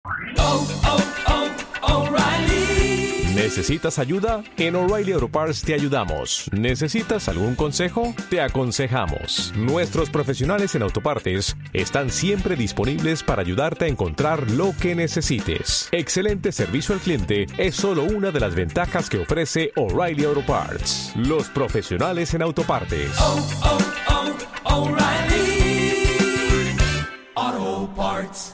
O'Reilly. ¿Necesitas ayuda? En O'Reilly Auto Parts te ayudamos. ¿Necesitas algún consejo? Te aconsejamos. Nuestros profesionales en autopartes están siempre disponibles para ayudarte a encontrar lo que necesites. Excelente servicio al cliente es solo una de las ventajas que ofrece O'Reilly Auto Parts. Los profesionales en autopartes. O'Reilly Auto Parts.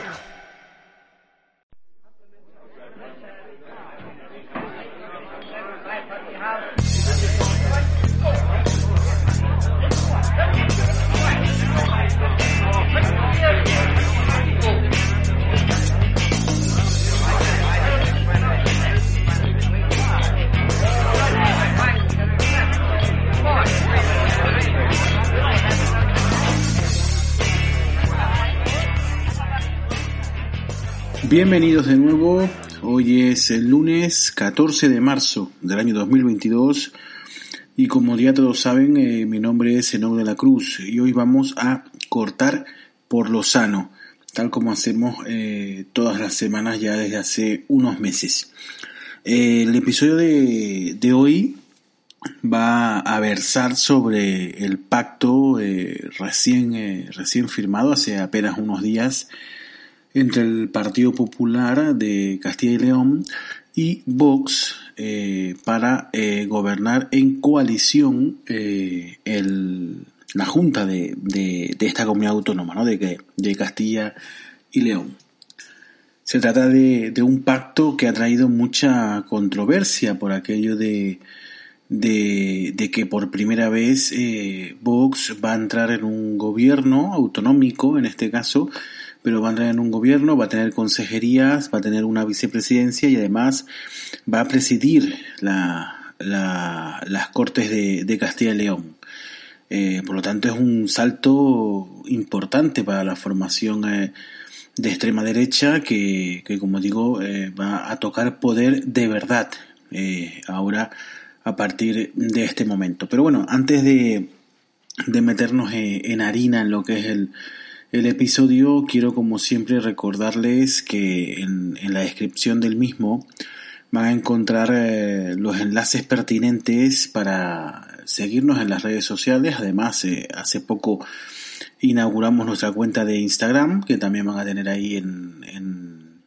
Bienvenidos de nuevo, hoy es el lunes 14 de marzo del año 2022 y como ya todos saben, mi nombre es Enoch de la Cruz y hoy vamos a cortar por lo sano, tal como hacemos todas las semanas ya desde hace unos meses. El episodio de hoy va a versar sobre el pacto recién firmado hace apenas unos días entre el Partido Popular de Castilla y León y Vox para gobernar en coalición la Junta de esta comunidad autónoma, ¿no? de Castilla y León. Se trata de un pacto que ha traído mucha controversia por aquello de que por primera vez Vox va a entrar en un gobierno autonómico, en este caso, pero va a entrar en un gobierno, va a tener consejerías, va a tener una vicepresidencia y además va a presidir las Cortes de Castilla y León. Por lo tanto, es un salto importante para la formación de extrema derecha que como digo, va a tocar poder de verdad ahora a partir de este momento. Pero bueno, antes de meternos en harina en lo que es el episodio, quiero como siempre recordarles que en la descripción del mismo van a encontrar los enlaces pertinentes para seguirnos en las redes sociales. Además, hace poco inauguramos nuestra cuenta de Instagram, que también van a tener ahí en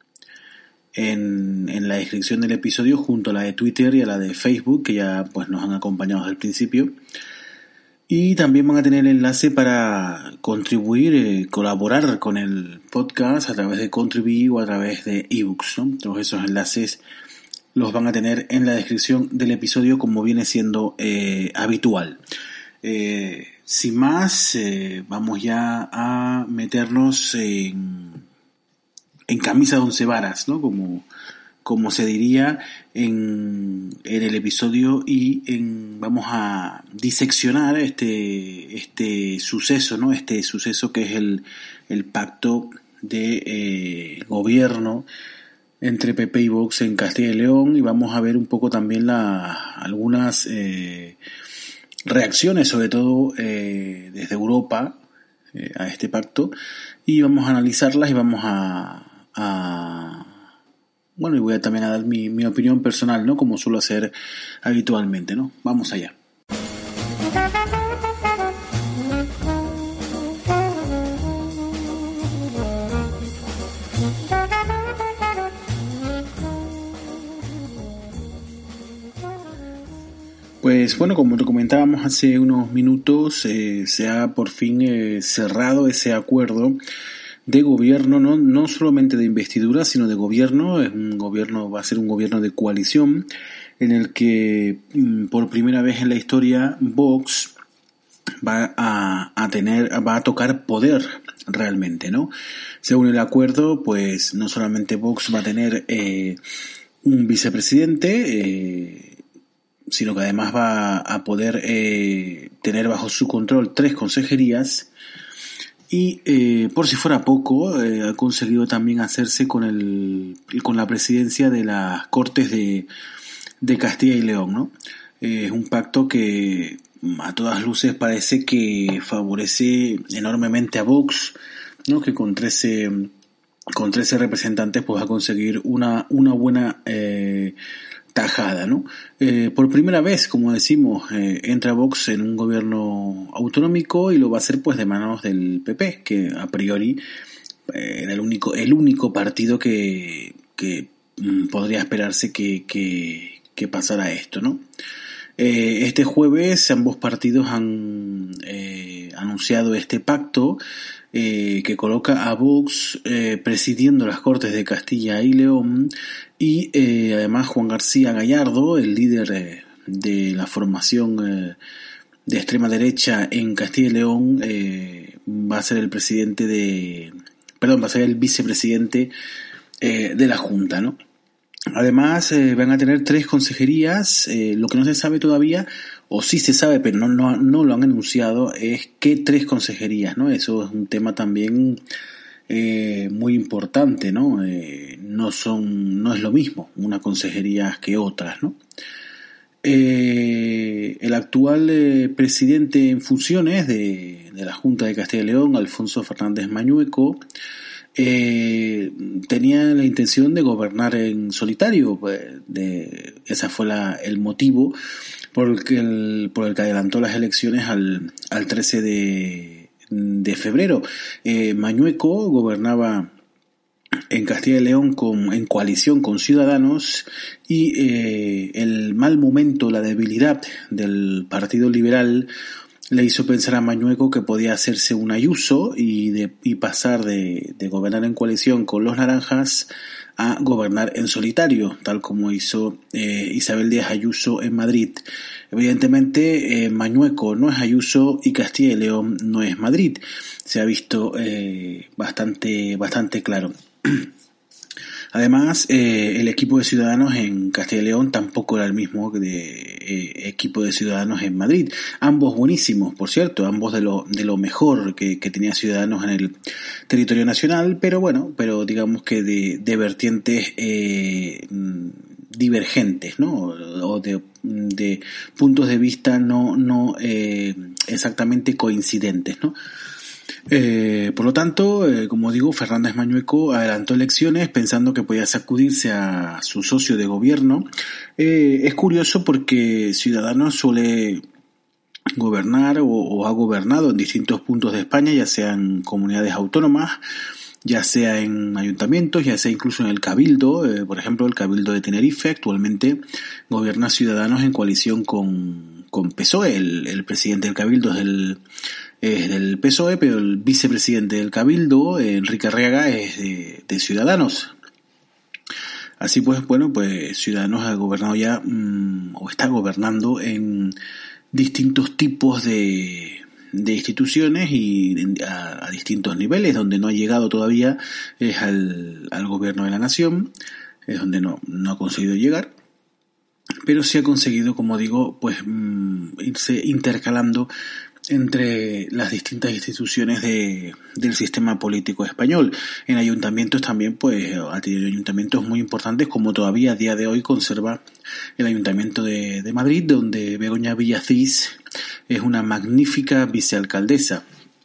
la descripción del episodio, junto a la de Twitter y a la de Facebook, que ya pues nos han acompañado desde el principio. Y también van a tener el enlace para contribuir, colaborar con el podcast a través de Contribui o a través de ebooks, ¿no? Todos esos enlaces los van a tener en la descripción del episodio, como viene siendo habitual. Sin más, vamos ya a meternos en camisa de 11 varas, ¿no? Como se diría en el episodio, y vamos a diseccionar este suceso, ¿no? Este suceso que es el pacto de gobierno entre PP y Vox en Castilla y León, y vamos a ver un poco también algunas reacciones, sobre todo desde Europa, a este pacto, y vamos a analizarlas y vamos bueno, y voy también a dar mi opinión personal, ¿no? Como suelo hacer habitualmente, ¿no? Vamos allá. Pues bueno, como lo comentábamos hace unos minutos, se ha por fin cerrado ese acuerdo de gobierno, no solamente de investidura, sino de gobierno. Va a ser un gobierno de coalición en el que por primera vez en la historia Vox va a tocar poder realmente, ¿no? Según el acuerdo, pues no solamente Vox va a tener un vicepresidente, sino que además va a poder tener bajo su control 3 consejerías. Y por si fuera poco, ha conseguido también hacerse con la presidencia de las Cortes de Castilla y León, ¿no? Es un pacto que a todas luces parece que favorece enormemente a Vox, ¿no? Que con 13 con 13 representantes pues va a conseguir una buena tajada, ¿no? Por primera vez, como decimos, entra Vox en un gobierno autonómico y lo va a hacer pues de manos del PP, que a priori era el único partido que podría esperarse que pasara esto, ¿no? Este jueves ambos partidos han anunciado este pacto que coloca a Vox presidiendo las Cortes de Castilla y León y además Juan García Gallardo, el líder de la formación de extrema derecha en Castilla y León, va a ser el vicepresidente de la Junta, ¿no? Además van a tener 3 consejerías. Lo que no se sabe todavía, o sí se sabe pero no lo han anunciado, es qué 3 consejerías, ¿no? Eso es un tema también muy importante, ¿no? No es lo mismo una consejería que otras, ¿no? El actual presidente en funciones de la Junta de Castilla y León, Alfonso Fernández Mañueco, tenía la intención de gobernar en solitario. Ese fue el motivo por el que adelantó las elecciones al 13 de febrero. Mañueco gobernaba en Castilla y León en coalición con Ciudadanos y el mal momento, la debilidad del Partido Liberal le hizo pensar a Mañueco que podía hacerse un Ayuso y pasar de gobernar en coalición con los naranjas a gobernar en solitario, tal como hizo Isabel Díaz Ayuso en Madrid. Evidentemente, Mañueco no es Ayuso y Castilla y León no es Madrid. Se ha visto bastante claro. Además, el equipo de Ciudadanos en Castilla y León tampoco era el mismo equipo de Ciudadanos en Madrid. Ambos buenísimos, por cierto, ambos de lo mejor que tenía Ciudadanos en el territorio nacional, pero digamos que de vertientes divergentes, ¿no? O de puntos de vista no exactamente coincidentes, ¿no? Por lo tanto, como digo, Fernández Mañueco adelantó elecciones pensando que podía sacudirse a su socio de gobierno. Es curioso porque Ciudadanos suele gobernar o ha gobernado en distintos puntos de España, ya sea en comunidades autónomas, ya sea en ayuntamientos, ya sea incluso en el Cabildo. Por ejemplo, el Cabildo de Tenerife actualmente gobierna Ciudadanos en coalición con PSOE. El presidente del Cabildo es del PSOE, pero el vicepresidente del Cabildo, Enrique Arriaga, es de Ciudadanos. Así pues, Ciudadanos ha gobernado ya, o está gobernando en distintos tipos de instituciones y a distintos niveles. Donde no ha llegado todavía es al gobierno de la nación, es donde no ha conseguido llegar, pero sí ha conseguido, como digo, irse intercalando entre las distintas instituciones del sistema político español. En ayuntamientos también, ha tenido ayuntamientos muy importantes, como todavía a día de hoy conserva el Ayuntamiento de Madrid, donde Begoña Villacís es una magnífica vicealcaldesa.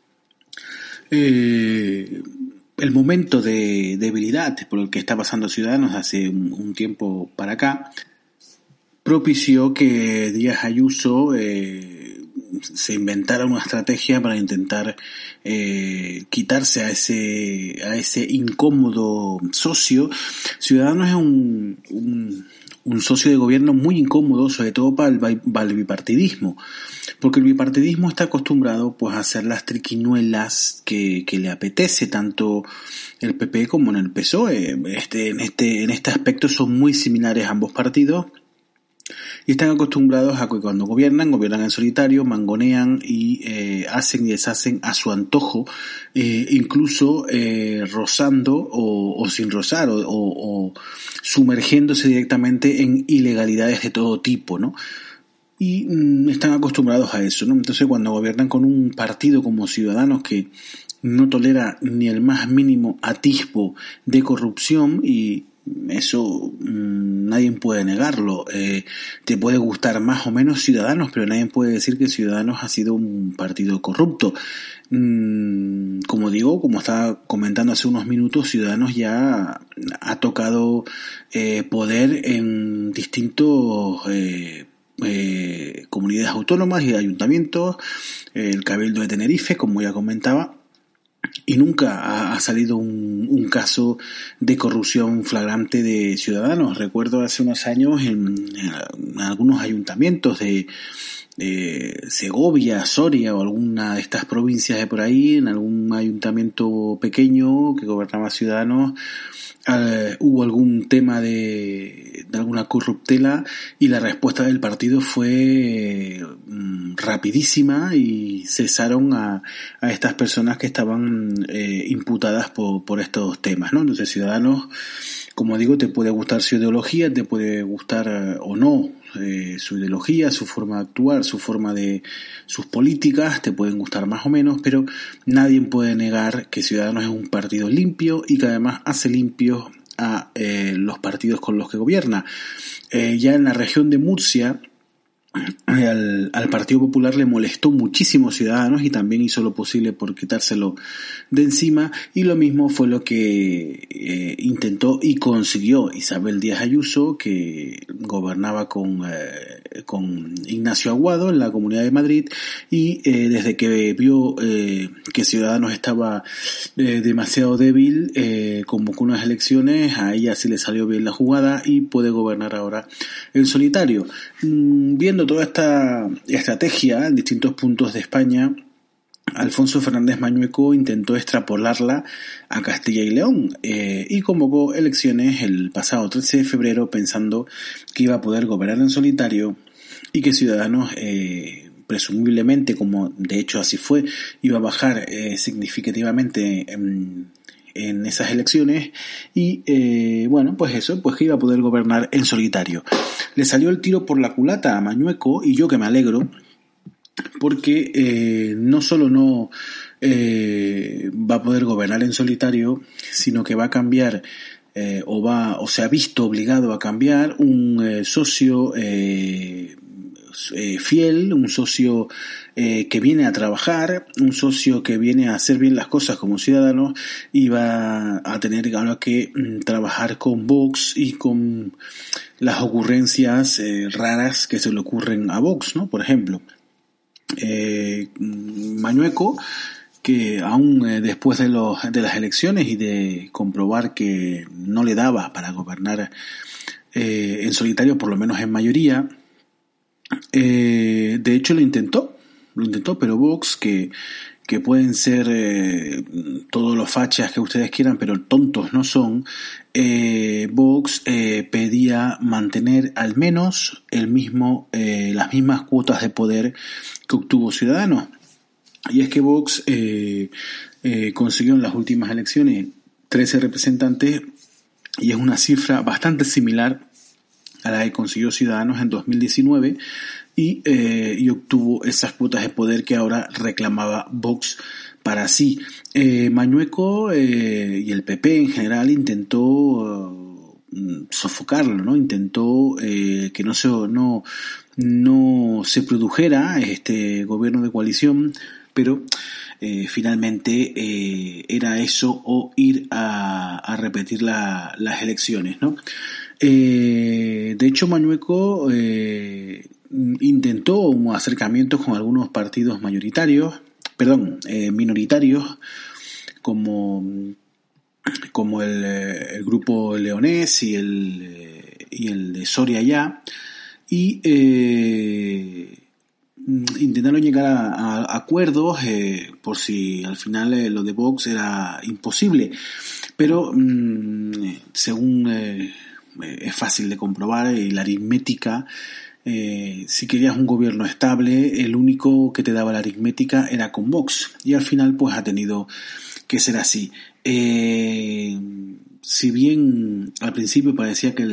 El momento de debilidad por el que está pasando Ciudadanos hace un tiempo para acá propició que Díaz Ayuso se inventara una estrategia para intentar quitarse a ese incómodo socio. Ciudadanos es un socio de gobierno muy incómodo, sobre todo para el bipartidismo, porque el bipartidismo está acostumbrado a hacer las triquiñuelas que le apetece, tanto el PP como en el PSOE. En este aspecto son muy similares ambos partidos. Y están acostumbrados a que cuando gobiernan en solitario, mangonean y hacen y deshacen a su antojo, incluso rozando o sin rozar, o sumergiéndose directamente en ilegalidades de todo tipo, ¿no? Y están acostumbrados a eso, ¿no? Entonces, cuando gobiernan con un partido como Ciudadanos, que no tolera ni el más mínimo atisbo de corrupción y Eso nadie puede negarlo. Te puede gustar más o menos Ciudadanos, pero nadie puede decir que Ciudadanos ha sido un partido corrupto. Como digo, como estaba comentando hace unos minutos, Ciudadanos ya ha tocado poder en distintos comunidades autónomas y ayuntamientos, el Cabildo de Tenerife, como ya comentaba, y nunca ha salido un caso de corrupción flagrante de Ciudadanos. Recuerdo hace unos años en algunos ayuntamientos de Segovia, Soria o alguna de estas provincias de por ahí, en algún ayuntamiento pequeño que gobernaba Ciudadanos, hubo algún tema de alguna corruptela y la respuesta del partido fue rapidísima y cesaron a estas personas que estaban imputadas por estos temas, ¿no? Entonces Ciudadanos, como digo, te puede gustar su ideología, te puede gustar o no su ideología, su forma de actuar, su forma de sus políticas, te pueden gustar más o menos, pero nadie puede negar que Ciudadanos es un partido limpio y que además hace limpios a los partidos con los que gobierna. Ya en la región de Murcia, al Partido Popular le molestó muchísimo Ciudadanos y también hizo lo posible por quitárselo de encima, y lo mismo fue lo que intentó y consiguió Isabel Díaz Ayuso, que gobernaba con Ignacio Aguado en la Comunidad de Madrid, y desde que vio que Ciudadanos estaba demasiado débil, convocó unas elecciones, a ella sí le salió bien la jugada y puede gobernar ahora en solitario. Viendo toda esta estrategia en distintos puntos de España, Alfonso Fernández Mañueco intentó extrapolarla a Castilla y León y convocó elecciones el pasado 13 de febrero pensando que iba a poder gobernar en solitario y que Ciudadanos, presumiblemente, como de hecho así fue, iba a bajar significativamente en esas elecciones y bueno, pues eso, pues que iba a poder gobernar en solitario. Le salió el tiro por la culata a Mañueco, y yo que me alegro, porque no solo no va a poder gobernar en solitario, sino que va a cambiar o se ha visto obligado a cambiar un socio fiel, un socio que viene a trabajar, un socio que viene a hacer bien las cosas como ciudadano, y va a tener ahora que trabajar con Vox y con las ocurrencias raras que se le ocurren a Vox, ¿no? Por ejemplo, Mañueco, que aún después de las elecciones y de comprobar que no le daba para gobernar en solitario, por lo menos en mayoría, de hecho lo intentó, pero Vox, que pueden ser todos los fachas que ustedes quieran, pero tontos no son, Vox pedía mantener al menos las mismas cuotas de poder que obtuvo Ciudadanos. Y es que Vox consiguió en las últimas elecciones 13 representantes, y es una cifra bastante similar a la que consiguió Ciudadanos en 2019, y obtuvo esas cuotas de poder que ahora reclamaba Vox para sí. Mañueco y el PP en general intentó sofocarlo, ¿no? Intentó que no se produjera este gobierno de coalición, pero finalmente era eso o ir a repetir las elecciones, ¿no? De hecho, Mañueco intentó un acercamiento con algunos partidos minoritarios, como el grupo leonés y el de Soria ya, y intentaron llegar a acuerdos por si al final lo de Vox era imposible, pero según es fácil de comprobar, y la aritmética, si querías un gobierno estable, el único que te daba la aritmética era con Vox, y al final pues ha tenido que ser así. Si bien al principio parecía que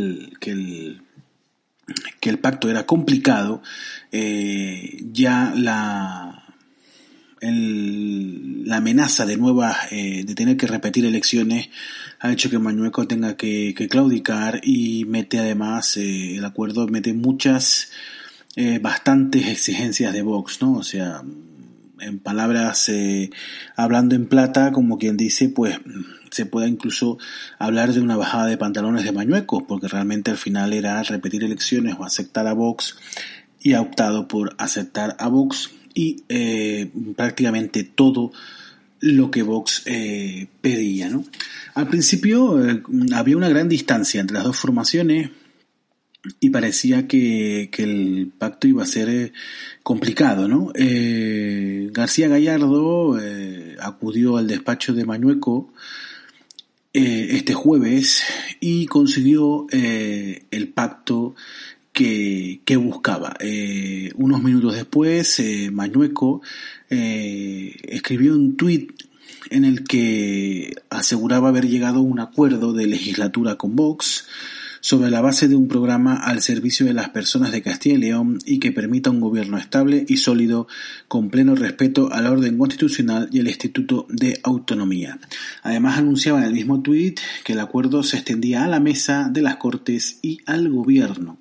el pacto era complicado, ya la amenaza de de tener que repetir elecciones ha hecho que Mañueco tenga que claudicar, y mete además, el acuerdo mete bastantes exigencias de Vox, ¿no? O sea, en palabras, hablando en plata, como quien dice, pues se puede incluso hablar de una bajada de pantalones de Mañueco, porque realmente al final era repetir elecciones o aceptar a Vox, y ha optado por aceptar a Vox y prácticamente todo lo que Vox pedía, ¿no? Al principio había una gran distancia entre las dos formaciones y parecía que el pacto iba a ser complicado, ¿no? García Gallardo acudió al despacho de Mañueco este jueves y consiguió el pacto que buscaba. Unos minutos después, Mañueco escribió un tuit en el que aseguraba haber llegado a un acuerdo de legislatura con Vox sobre la base de un programa al servicio de las personas de Castilla y León y que permita un gobierno estable y sólido con pleno respeto al orden constitucional y el Estatuto de Autonomía. Además, anunciaba en el mismo tuit que el acuerdo se extendía a la mesa de las Cortes y al gobierno.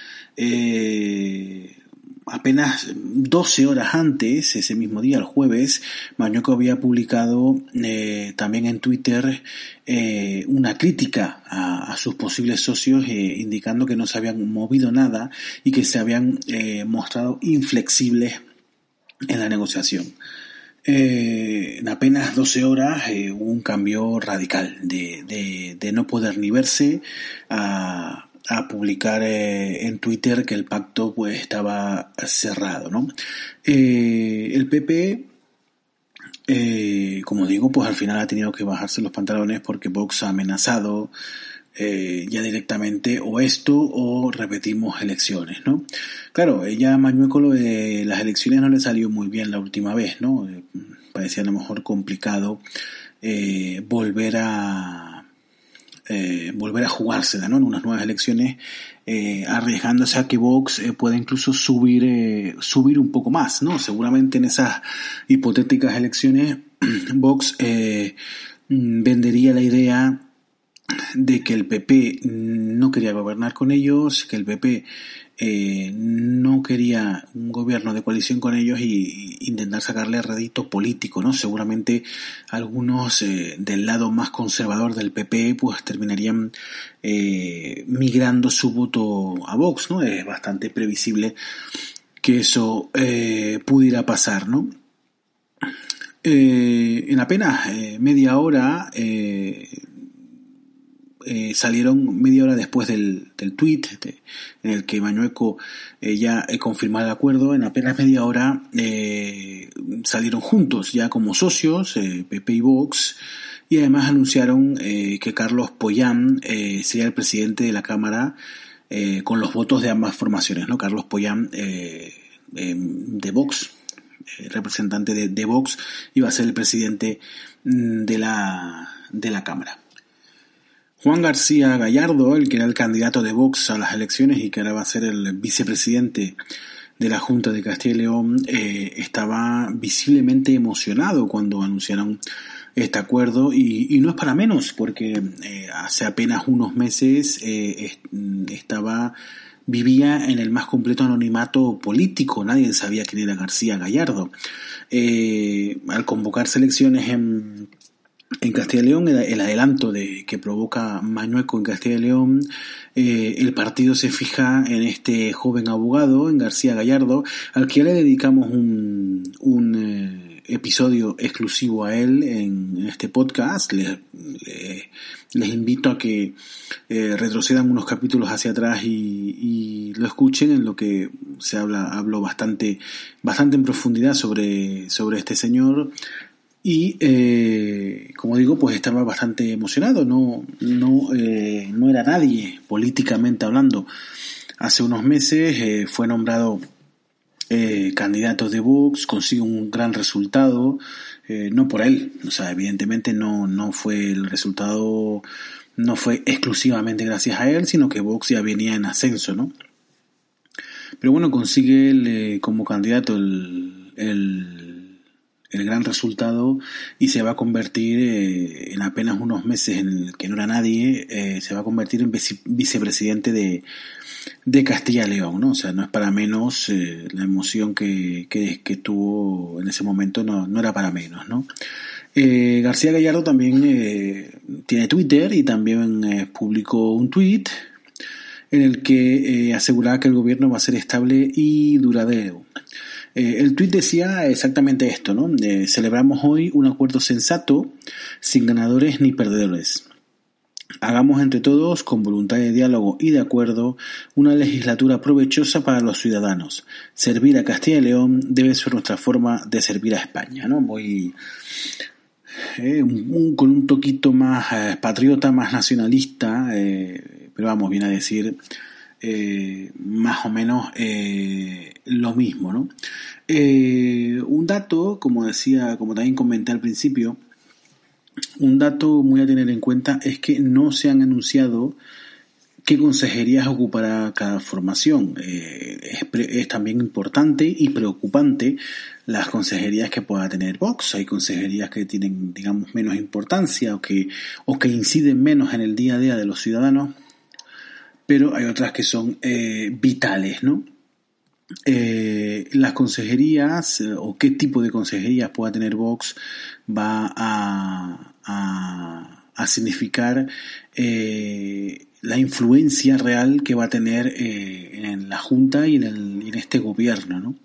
Apenas 12 horas antes, ese mismo día, el jueves, Mañueco había publicado también en Twitter una crítica a sus posibles socios, indicando que no se habían movido nada y que se habían mostrado inflexibles en la negociación. En apenas 12 horas hubo un cambio radical de no poder ni verse a publicar en Twitter que el pacto pues estaba cerrado, ¿no? El PP, como digo, pues al final ha tenido que bajarse los pantalones porque Vox ha amenazado ya directamente o esto o repetimos elecciones, ¿no? Claro, ella Mañueco lo de las elecciones no le salió muy bien la última vez, ¿no? Parecía a lo mejor complicado volver a jugársela, ¿no? En unas nuevas elecciones, arriesgándose a que Vox pueda incluso subir un poco más, ¿no? Seguramente en esas hipotéticas elecciones Vox vendería la idea de que el PP no quería gobernar con ellos, que el PP no quería un gobierno de coalición con ellos y intentar sacarle rédito político, ¿no? Seguramente algunos del lado más conservador del PP pues terminarían migrando su voto a Vox, ¿no? Es bastante previsible que eso pudiera pasar, ¿no? En apenas media hora salieron media hora después del tuit en el que Mañueco ya confirmaba el acuerdo. En apenas media hora salieron juntos ya como socios, PP y Vox, y además anunciaron que Carlos Pollán sería el presidente de la Cámara con los votos de ambas formaciones, ¿no? Carlos Pollán de Vox, representante de Vox, iba a ser el presidente de la Cámara. Juan García Gallardo, el que era el candidato de Vox a las elecciones y que ahora va a ser el vicepresidente de la Junta de Castilla y León, estaba visiblemente emocionado cuando anunciaron este acuerdo y no es para menos, porque hace apenas unos meses vivía en el más completo anonimato político. Nadie sabía quién era García Gallardo. Al convocarse elecciones en Castilla y León, el adelanto que provoca Mañueco en Castilla y León, el partido se fija en este joven abogado, en García Gallardo, al que ya le dedicamos un episodio exclusivo a él en este podcast. Les invito a que retrocedan unos capítulos hacia atrás y lo escuchen, en lo que hablo bastante en profundidad sobre este señor. Y como digo, pues estaba bastante emocionado. No era nadie políticamente hablando. Hace unos meses fue nombrado candidato de Vox, consigue un gran resultado, no por él, o sea, evidentemente no fue el resultado, no fue exclusivamente gracias a él, sino que Vox ya venía en ascenso, ¿no? Pero bueno, consigue como candidato el el gran resultado y se va a convertir en apenas unos meses en el que no era nadie, se va a convertir en vicepresidente de Castilla y León, ¿no? O sea, no es para menos, la emoción que tuvo en ese momento no era para menos, ¿no? García Gallardo también tiene Twitter y también publicó un tweet en el que aseguraba que el gobierno va a ser estable y duradero. El tuit decía exactamente esto, ¿no? Celebramos hoy un acuerdo sensato, sin ganadores ni perdedores. Hagamos entre todos, con voluntad de diálogo y de acuerdo, una legislatura provechosa para los ciudadanos. Servir a Castilla y León debe ser nuestra forma de servir a España, ¿no? Muy con un toquito más patriota, más nacionalista, pero vamos, viene a decir más o menos lo mismo, ¿no? Un dato, como también comenté al principio, un dato muy a tener en cuenta es que no se han anunciado qué consejerías ocupará cada formación. Es también importante y preocupante las consejerías que pueda tener Vox. Hay consejerías que tienen, digamos, menos importancia o que inciden menos en el día a día de los ciudadanos, pero hay otras que son vitales, ¿no? Las consejerías o qué tipo de consejerías pueda tener Vox va a significar la influencia real que va a tener en la Junta y en este gobierno, ¿no?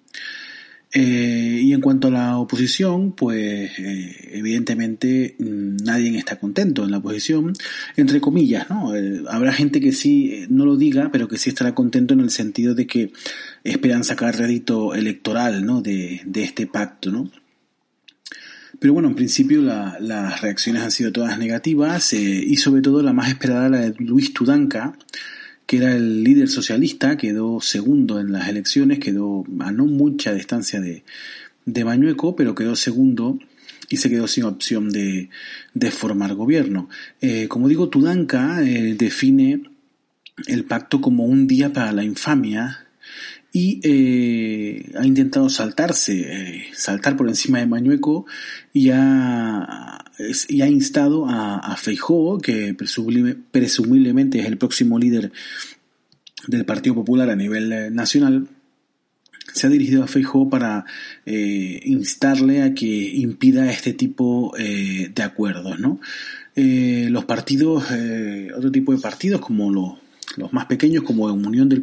Y en cuanto a la oposición, pues evidentemente nadie está contento en la oposición, entre comillas, ¿no? Habrá gente que sí no lo diga, pero que sí estará contento en el sentido de que esperan sacar rédito electoral, ¿no? de este pacto, ¿no? Pero bueno, en principio las reacciones han sido todas negativas y sobre todo la más esperada, la de Luis Tudanca, que era el líder socialista, quedó segundo en las elecciones, a no mucha distancia de Mañueco, pero quedó segundo y se quedó sin opción de formar gobierno. Como digo, Tudanca define el pacto como un día para la infamia y ha intentado saltar por encima de Mañueco y ha instado a Feijóo, que presumiblemente es el próximo líder del Partido Popular a nivel nacional. Se ha dirigido a Feijóo para instarle a que impida este tipo de acuerdos, ¿no? Los partidos, otro tipo de partidos como los más pequeños, como Unión del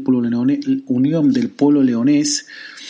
Pueblo Leonés,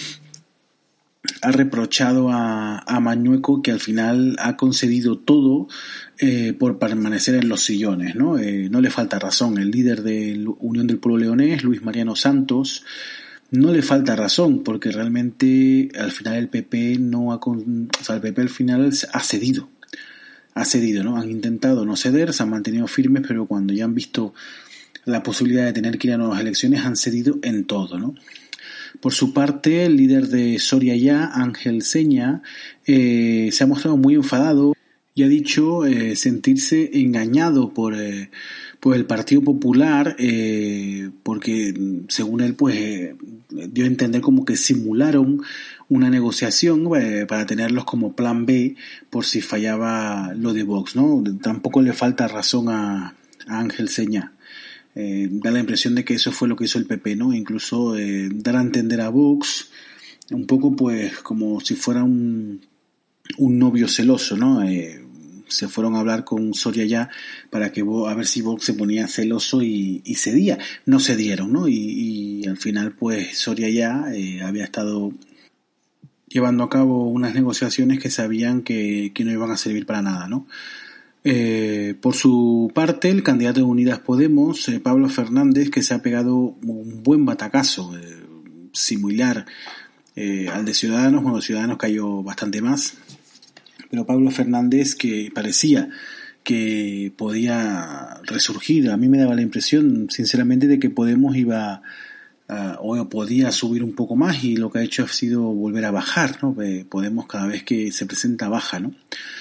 ha reprochado a Mañueco que al final ha concedido todo por permanecer en los sillones, ¿no? No le falta razón. El líder de Unión del Pueblo Leonés, Luis Mariano Santos, no le falta razón, porque realmente al final el PP el PP al final ha cedido, ¿no? Han intentado no ceder, se han mantenido firmes, pero cuando ya han visto la posibilidad de tener que ir a nuevas elecciones han cedido en todo, ¿no? Por su parte, el líder de Soria Ya, Ángel Seña, se ha mostrado muy enfadado y ha dicho sentirse engañado por el Partido Popular, porque según él pues dio a entender como que simularon una negociación para tenerlos como plan B por si fallaba lo de Vox, ¿no? Tampoco le falta razón a Ángel Seña. Da la impresión de que eso fue lo que hizo el PP, ¿no? Incluso dar a entender a Vox un poco pues como si fuera un novio celoso, ¿no? Se fueron a hablar con Soria Ya para que a ver si Vox se ponía celoso y cedía. No cedieron, ¿no? Y al final pues Soria Ya había estado llevando a cabo unas negociaciones que sabían que no iban a servir para nada, ¿no? Por su parte, el candidato de Unidas Podemos, Pablo Fernández, que se ha pegado un buen batacazo similar al de Ciudadanos. Bueno, Ciudadanos cayó bastante más, pero Pablo Fernández, que parecía que podía resurgir, a mí me daba la impresión, sinceramente, de que Podemos iba o podía subir un poco más, y lo que ha hecho ha sido volver a bajar, ¿no? Podemos cada vez que se presenta baja, ¿no?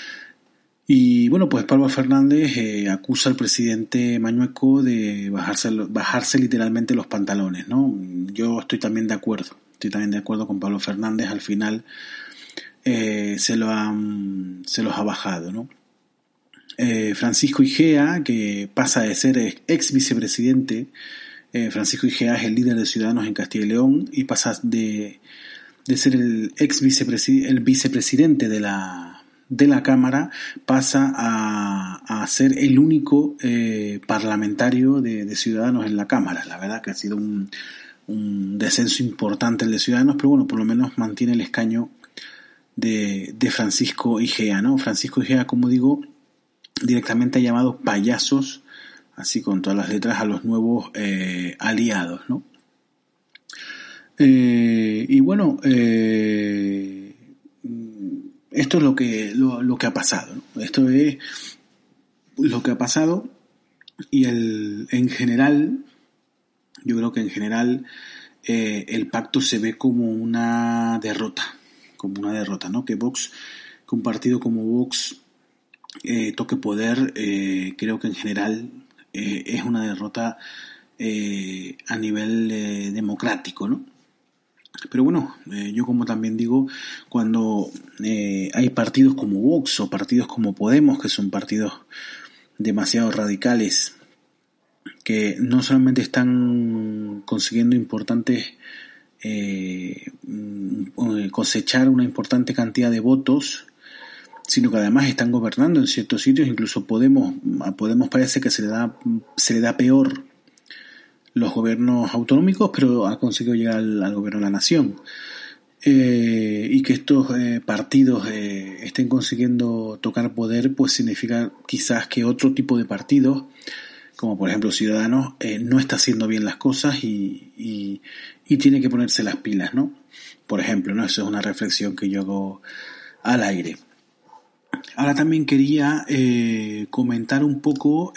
Y bueno, pues Pablo Fernández acusa al presidente Mañueco de bajarse literalmente los pantalones, ¿no? Yo estoy también de acuerdo con Pablo Fernández. Al final se los ha bajado, ¿no? Francisco Igea, que pasa de ser ex vicepresidente, Francisco Igea es el líder de Ciudadanos en Castilla y León y pasa de ser el el vicepresidente de la Cámara, pasa a ser el único parlamentario de Ciudadanos en la Cámara. La verdad que ha sido un descenso importante el de Ciudadanos, pero bueno, por lo menos mantiene el escaño de Francisco Igea, ¿no? Francisco Igea, como digo, directamente ha llamado payasos, así con todas las letras, a los nuevos aliados, ¿no? Y bueno, esto es lo que ha pasado, ¿no? Esto es lo que ha pasado y en general, yo creo que en general el pacto se ve como una derrota, ¿no? Que un partido como Vox toque poder, creo que en general es una derrota a nivel democrático, ¿no? Pero bueno, yo como también digo, cuando hay partidos como Vox o partidos como Podemos, que son partidos demasiado radicales, que no solamente están consiguiendo cosechar una importante cantidad de votos, sino que además están gobernando en ciertos sitios. Incluso a Podemos parece que se le da peor los gobiernos autonómicos, pero ha conseguido llegar al gobierno de la nación. Y que estos partidos estén consiguiendo tocar poder, pues significa quizás que otro tipo de partidos, como por ejemplo Ciudadanos, no está haciendo bien las cosas y tiene que ponerse las pilas, ¿no? Por ejemplo, ¿no? Eso es una reflexión que yo hago al aire. Ahora también quería comentar un poco,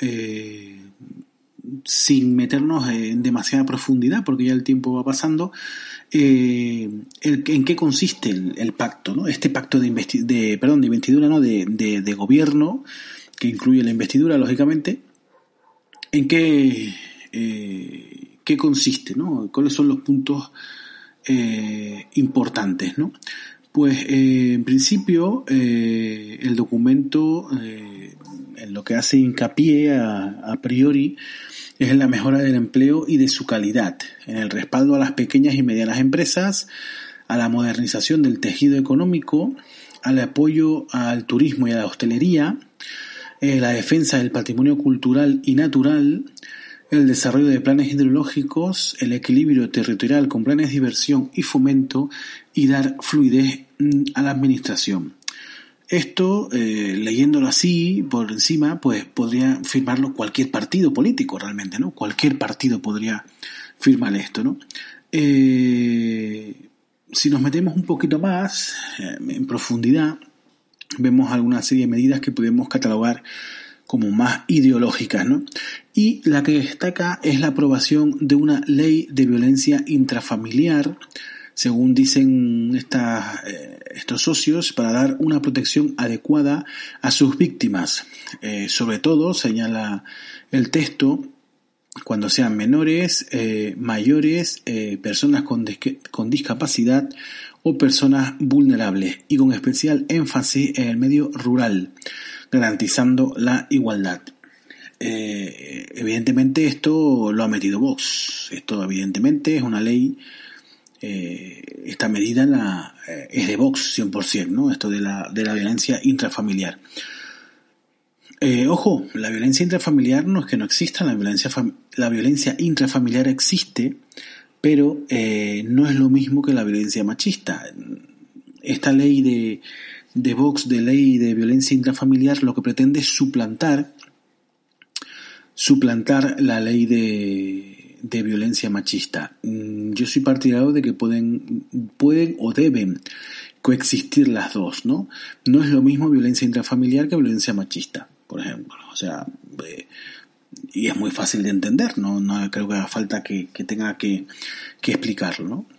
sin meternos en demasiada profundidad, porque ya el tiempo va pasando, en qué consiste el pacto, ¿no? Este pacto de investidura, ¿no? De gobierno, que incluye la investidura, lógicamente. ¿En qué consiste, ¿no? ¿Cuáles son los puntos importantes, ¿no? Pues en principio el documento en lo que hace hincapié a priori es en la mejora del empleo y de su calidad, en el respaldo a las pequeñas y medianas empresas, a la modernización del tejido económico, al apoyo al turismo y a la hostelería, la defensa del patrimonio cultural y natural, el desarrollo de planes hidrológicos, el equilibrio territorial con planes de diversión y fomento y dar fluidez a la administración. Esto, leyéndolo así por encima, pues podría firmarlo cualquier partido político realmente, ¿no? Cualquier partido podría firmar esto, ¿no? Si nos metemos un poquito más en profundidad, vemos alguna serie de medidas que podemos catalogar como más ideológicas, ¿no? Y la que destaca es la aprobación de una ley de violencia intrafamiliar, según dicen estos socios, para dar una protección adecuada a sus víctimas. Sobre todo, señala el texto, cuando sean menores, mayores, personas con discapacidad o personas vulnerables, y con especial énfasis en el medio rural, garantizando la igualdad. Evidentemente esto lo ha metido Vox. Esto evidentemente es una ley, esta medida es de Vox 100%, ¿no? Esto de la violencia intrafamiliar. Ojo, la violencia intrafamiliar no es que no exista, la violencia intrafamiliar existe, pero no es lo mismo que la violencia machista. Esta ley de Vox, de ley de violencia intrafamiliar, lo que pretende es suplantar la ley de violencia machista. Yo soy partidario de que pueden o deben coexistir las dos, ¿no? No es lo mismo violencia intrafamiliar que violencia machista, por ejemplo. O sea, y es muy fácil de entender, no creo que haga falta que tenga que explicarlo, ¿no?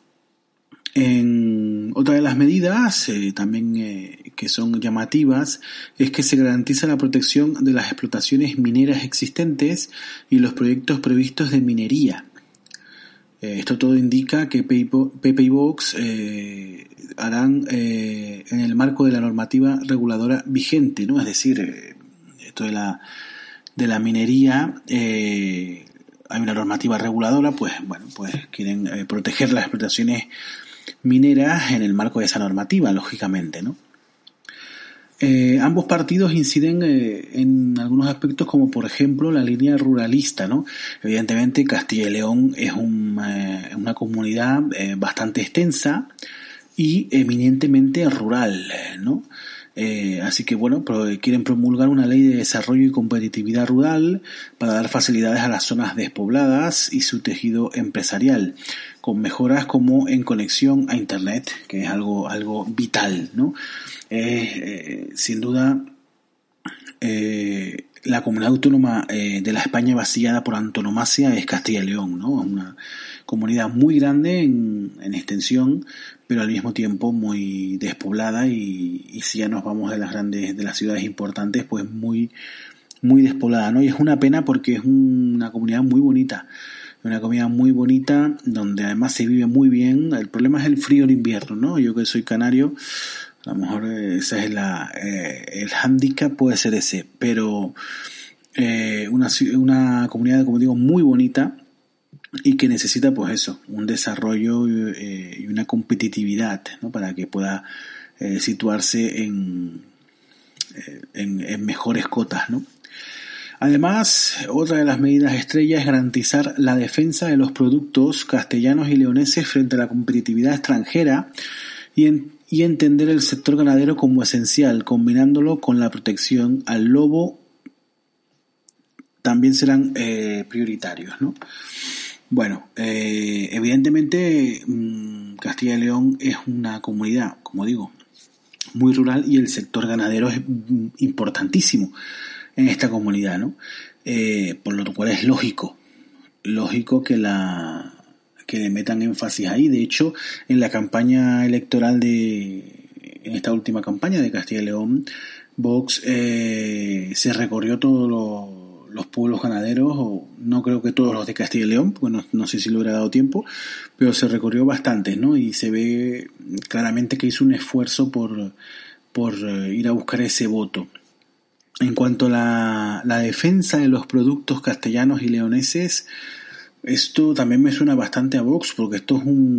Otra de las medidas también que son llamativas es que se garantiza la protección de las explotaciones mineras existentes y los proyectos previstos de minería. Esto todo indica que PP y Vox harán en el marco de la normativa reguladora vigente, ¿no? Es decir, esto de la minería, hay una normativa reguladora, pues quieren proteger las explotaciones mineras en el marco de esa normativa, lógicamente, ¿no? Ambos partidos inciden en algunos aspectos, como por ejemplo la línea ruralista, ¿no? Evidentemente Castilla y León es una comunidad bastante extensa y eminentemente rural, ¿no? Así que quieren promulgar una ley de desarrollo y competitividad rural para dar facilidades a las zonas despobladas y su tejido empresarial, con mejoras como en conexión a Internet, que es algo vital, ¿no? Sin duda, la comunidad autónoma de la España vaciada por antonomasia es Castilla y León, ¿no? Una comunidad muy grande en extensión, pero al mismo tiempo muy despoblada y si ya nos vamos de las ciudades importantes, pues muy, muy despoblada, ¿no? Y es una pena porque es una comunidad muy bonita. Una comida muy bonita, donde además se vive muy bien. El problema es el frío en invierno, ¿no? Yo que soy canario, a lo mejor ese es el hándicap, puede ser ese. Pero una comunidad, como digo, muy bonita y que necesita, pues eso, un desarrollo y una competitividad, ¿no? Para que pueda situarse en mejores cotas, ¿no? Además, otra de las medidas estrella es garantizar la defensa de los productos castellanos y leoneses frente a la competitividad extranjera y entender el sector ganadero como esencial, combinándolo con la protección al lobo, también serán prioritarios, ¿no? Bueno, evidentemente Castilla y León es una comunidad, como digo, muy rural y el sector ganadero es importantísimo en esta comunidad, ¿no? Por lo cual es lógico que le metan énfasis ahí. De hecho, en la campaña electoral en esta última campaña de Castilla y León, Vox se recorrió todos los pueblos ganaderos, o no creo que todos los de Castilla y León, porque no sé si le hubiera dado tiempo, pero se recorrió bastante, ¿no? Y se ve claramente que hizo un esfuerzo por ir a buscar ese voto. En cuanto a la defensa de los productos castellanos y leoneses, esto también me suena bastante a Vox, porque esto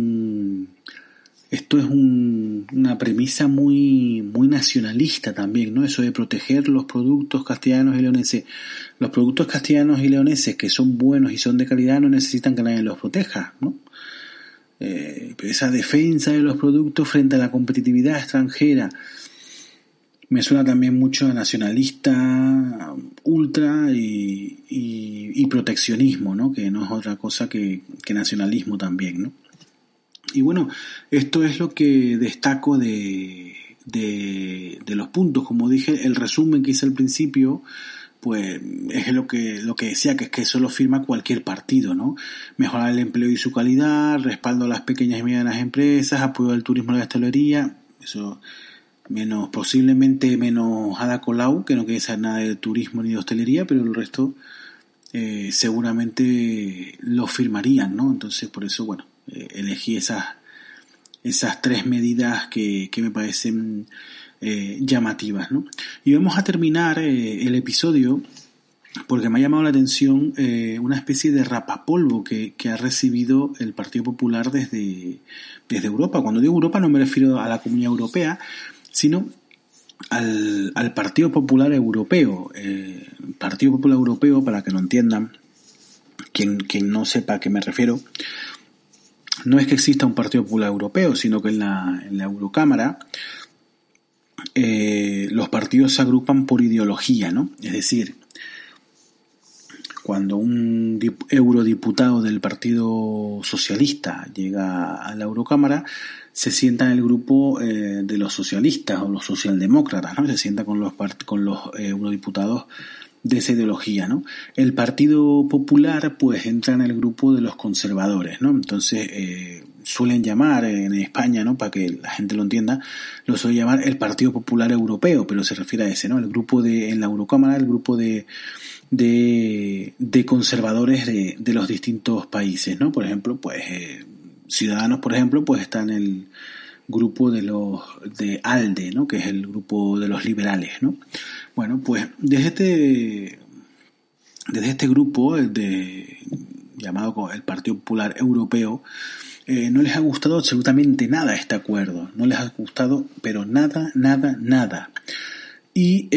es una premisa muy, muy nacionalista también, ¿no? Eso de proteger los productos castellanos y leoneses. Los productos castellanos y leoneses que son buenos y son de calidad no necesitan que nadie los proteja, ¿no? Esa defensa de los productos frente a la competitividad extranjera me suena también mucho a nacionalista, ultra y proteccionismo, ¿no? Que no es otra cosa que nacionalismo también, ¿no? Y bueno, esto es lo que destaco de los puntos. Como dije, el resumen que hice al principio, pues es lo que decía, que es que eso lo firma cualquier partido, ¿no? Mejorar el empleo y su calidad, respaldo a las pequeñas y medianas empresas, apoyo al turismo y la hostelería, eso posiblemente menos Ada Colau, que no quiere saber nada de turismo ni de hostelería, pero el resto seguramente lo firmarían, ¿no? Entonces, por eso, bueno, elegí esas tres medidas que me parecen llamativas, ¿no? Y vamos a terminar el episodio porque me ha llamado la atención una especie de rapapolvo que ha recibido el Partido Popular desde Europa. Cuando digo Europa no me refiero a la Comunidad Europea, sino al Partido Popular Europeo. El Partido Popular Europeo, para que lo entiendan, quien no sepa a qué me refiero, no es que exista un Partido Popular Europeo, sino que en la Eurocámara los partidos se agrupan por ideología, ¿no? Es decir, cuando un eurodiputado del Partido Socialista llega a la Eurocámara, se sienta en el grupo de los socialistas o los socialdemócratas, ¿no? Se sienta con los eurodiputados de esa ideología, ¿no? El Partido Popular pues entra en el grupo de los conservadores, ¿no? Entonces suelen llamar en España, ¿no? Para que la gente lo entienda, lo suelen llamar el Partido Popular Europeo, pero se refiere a ese, ¿no? El grupo en la Eurocámara, el grupo de conservadores de los distintos países, ¿no? Por ejemplo, pues Ciudadanos, por ejemplo, pues está en el grupo de ALDE, ¿no? Que es el grupo de los liberales, ¿no? Bueno, pues desde este grupo llamado el Partido Popular Europeo, no les ha gustado absolutamente nada este acuerdo, no les ha gustado, pero nada. Y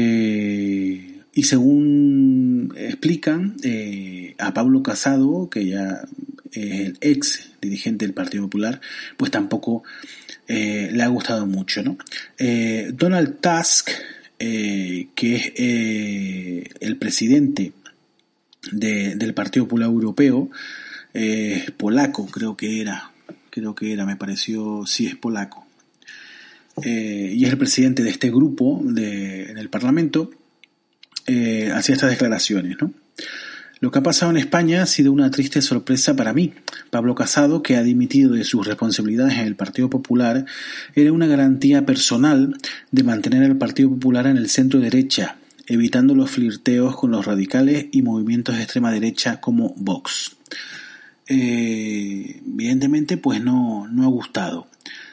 según explican, a Pablo Casado, que ya es el ex dirigente del Partido Popular, pues tampoco le ha gustado mucho, ¿no? Donald Tusk, que es el presidente del Partido Popular Europeo, polaco, creo que era, me pareció, sí, es polaco, y es el presidente de este grupo en el Parlamento, hacía estas declaraciones, ¿no? Lo que ha pasado en España ha sido una triste sorpresa para mí. Pablo Casado, que ha dimitido de sus responsabilidades en el Partido Popular, era una garantía personal de mantener al Partido Popular en el centro derecha, evitando los flirteos con los radicales y movimientos de extrema derecha como Vox. Evidentemente, pues no ha gustado.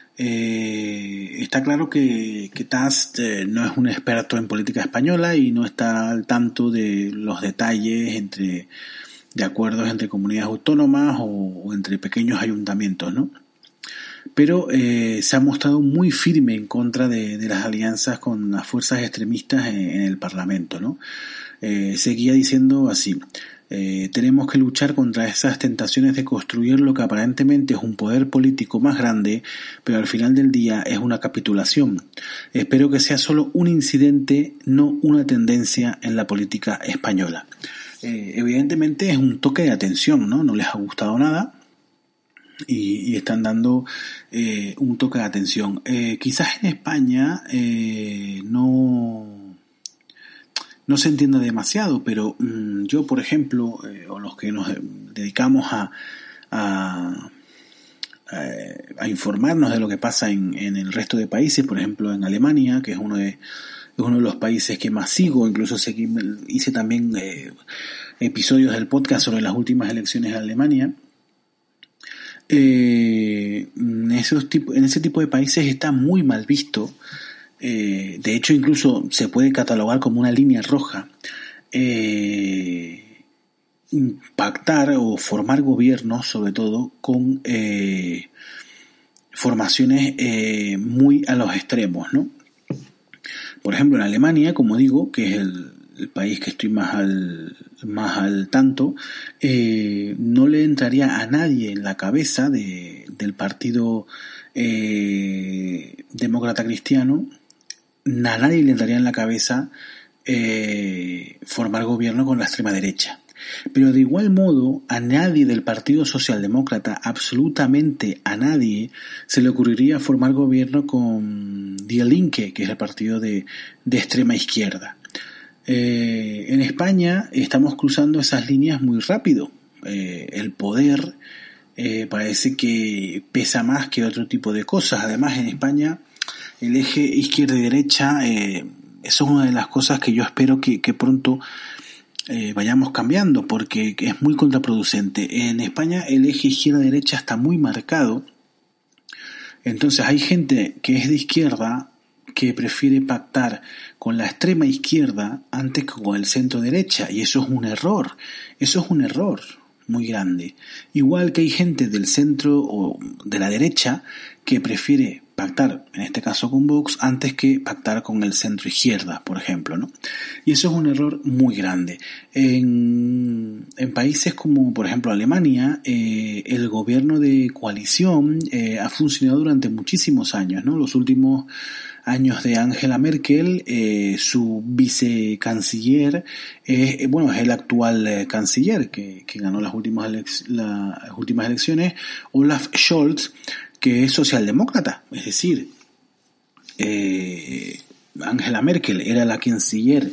Está claro que Tusk no es un experto en política española y no está al tanto de los detalles de acuerdos entre comunidades autónomas o entre pequeños ayuntamientos, ¿no? Pero se ha mostrado muy firme en contra de las alianzas con las fuerzas extremistas en el Parlamento, ¿no? Seguía diciendo así: tenemos que luchar contra esas tentaciones de construir lo que aparentemente es un poder político más grande, pero al final del día es una capitulación. Espero que sea solo un incidente, no una tendencia en la política española. Evidentemente es un toque de atención, ¿no? No les ha gustado nada y están dando un toque de atención. Quizás en España no se entienda demasiado, pero yo, por ejemplo, o los que nos dedicamos a informarnos de lo que pasa en el resto de países, por ejemplo en Alemania, que es uno de los países que más sigo, incluso hice también episodios del podcast sobre las últimas elecciones en Alemania. En ese tipo de países está muy mal visto. De hecho, incluso se puede catalogar como una línea roja pactar o formar gobiernos, sobre todo con formaciones muy a los extremos, ¿no? Por ejemplo, en Alemania, como digo, que es el país que estoy más al tanto, no le entraría a nadie en la cabeza del partido demócrata cristiano, a nadie le entraría en la cabeza formar gobierno con la extrema derecha. Pero de igual modo, a nadie del Partido Socialdemócrata, absolutamente a nadie, se le ocurriría formar gobierno con Die Linke, que es el partido de extrema izquierda. En España estamos cruzando esas líneas muy rápido. El poder parece que pesa más que otro tipo de cosas. Además, en España el eje izquierda y derecha, eso es una de las cosas que yo espero que pronto vayamos cambiando, porque es muy contraproducente. En España el eje izquierda-derecha está muy marcado. Entonces hay gente que es de izquierda que prefiere pactar con la extrema izquierda antes que con el centro derecha, y eso es un error muy grande. Igual que hay gente del centro o de la derecha que prefiere pactar, en este caso con Vox, antes que pactar con el centro izquierda, por ejemplo, ¿no? Y eso es un error muy grande. En países como, por ejemplo, Alemania, el gobierno de coalición ha funcionado durante muchísimos años, ¿no? Los últimos años de Angela Merkel, su vicecanciller es el actual canciller que ganó las últimas elecciones, Olaf Scholz, que es socialdemócrata. Es decir, Angela Merkel era la canciller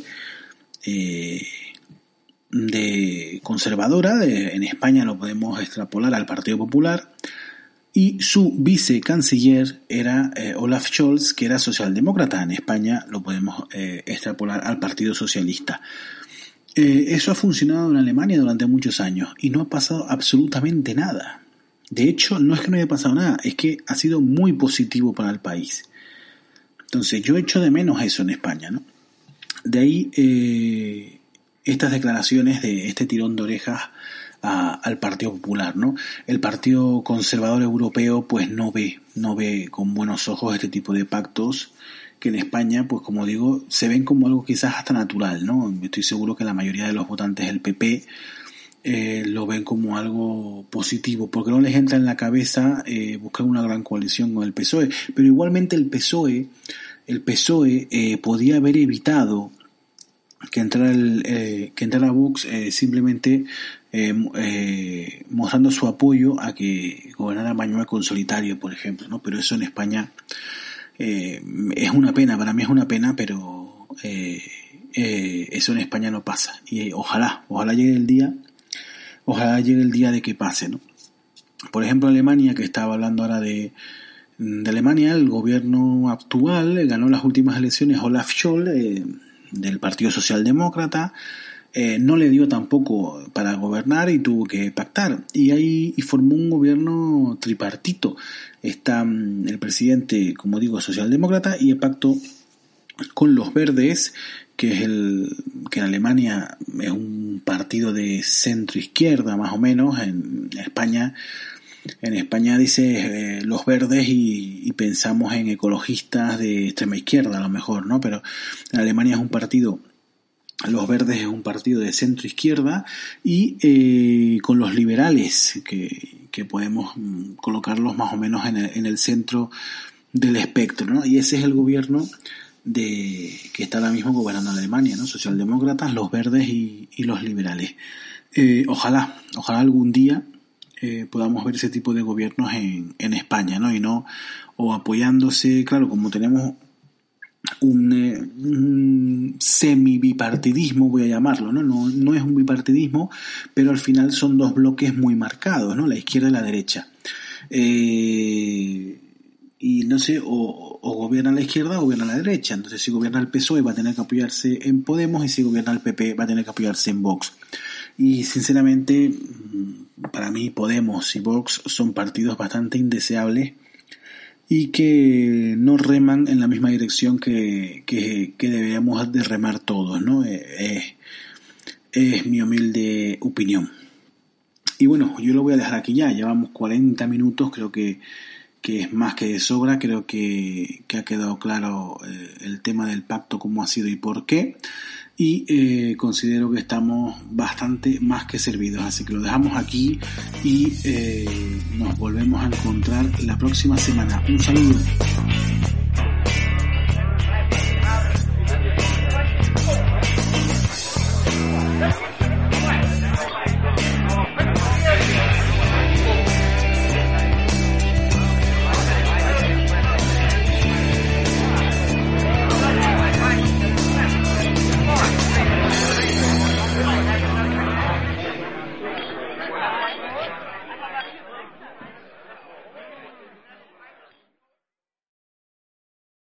de conservadora, en España lo podemos extrapolar al Partido Popular, y su vicecanciller era Olaf Scholz, que era socialdemócrata. En España lo podemos extrapolar al Partido Socialista. Eso ha funcionado en Alemania durante muchos años y no ha pasado absolutamente nada. De hecho, no es que no haya pasado nada, es que ha sido muy positivo para el país. Entonces, yo echo de menos eso en España, ¿no? De ahí estas declaraciones de este tirón de orejas al Partido Popular, ¿no? El Partido Conservador Europeo pues no ve con buenos ojos este tipo de pactos que en España, pues como digo, se ven como algo quizás hasta natural, ¿no? Estoy seguro que la mayoría de los votantes del PP lo ven como algo positivo, porque no les entra en la cabeza buscar una gran coalición con el PSOE, pero igualmente el PSOE podía haber evitado que entrara Vox simplemente mostrando su apoyo a que gobernara Mañueco con solitario, por ejemplo, ¿no? Pero eso en España es una pena, para mí es una pena, pero eso en España no pasa. Y ojalá llegue el día de que pase, ¿no? Por ejemplo, Alemania, que estaba hablando ahora de Alemania, el gobierno actual ganó las últimas elecciones Olaf Scholz del Partido Socialdemócrata, no le dio tampoco para gobernar y tuvo que pactar y formó un gobierno tripartito. Está el presidente, como digo, socialdemócrata, y el pacto con los verdes, que es que en Alemania es un partido de centro izquierda más o menos. En España dice los verdes y pensamos en ecologistas de extrema izquierda a lo mejor, ¿no? Pero en Alemania los verdes es un partido de centro izquierda y con los liberales que podemos colocarlos más o menos en el centro del espectro, ¿no? Y ese es el gobierno que está ahora mismo gobernando Alemania, ¿no? Socialdemócratas, los verdes y los liberales. Ojalá algún día podamos ver ese tipo de gobiernos en España, ¿no? Y no, o apoyándose, claro, como tenemos un semi-bipartidismo, voy a llamarlo, ¿no? No es un bipartidismo, pero al final son dos bloques muy marcados, ¿no? La izquierda y la derecha. Y no sé, o gobierna la izquierda o gobierna la derecha. Entonces, si gobierna el PSOE va a tener que apoyarse en Podemos, y si gobierna el PP va a tener que apoyarse en Vox. Y sinceramente, para mí Podemos y Vox son partidos bastante indeseables y que no reman en la misma dirección que deberíamos de remar todos, ¿no? Es mi humilde opinión. Y bueno, yo lo voy a dejar aquí ya. Llevamos 40 minutos, creo que es más que de sobra. Creo que ha quedado claro el tema del pacto, cómo ha sido y por qué. Y considero que estamos bastante más que servidos. Así que lo dejamos aquí y nos volvemos a encontrar la próxima semana. Un saludo.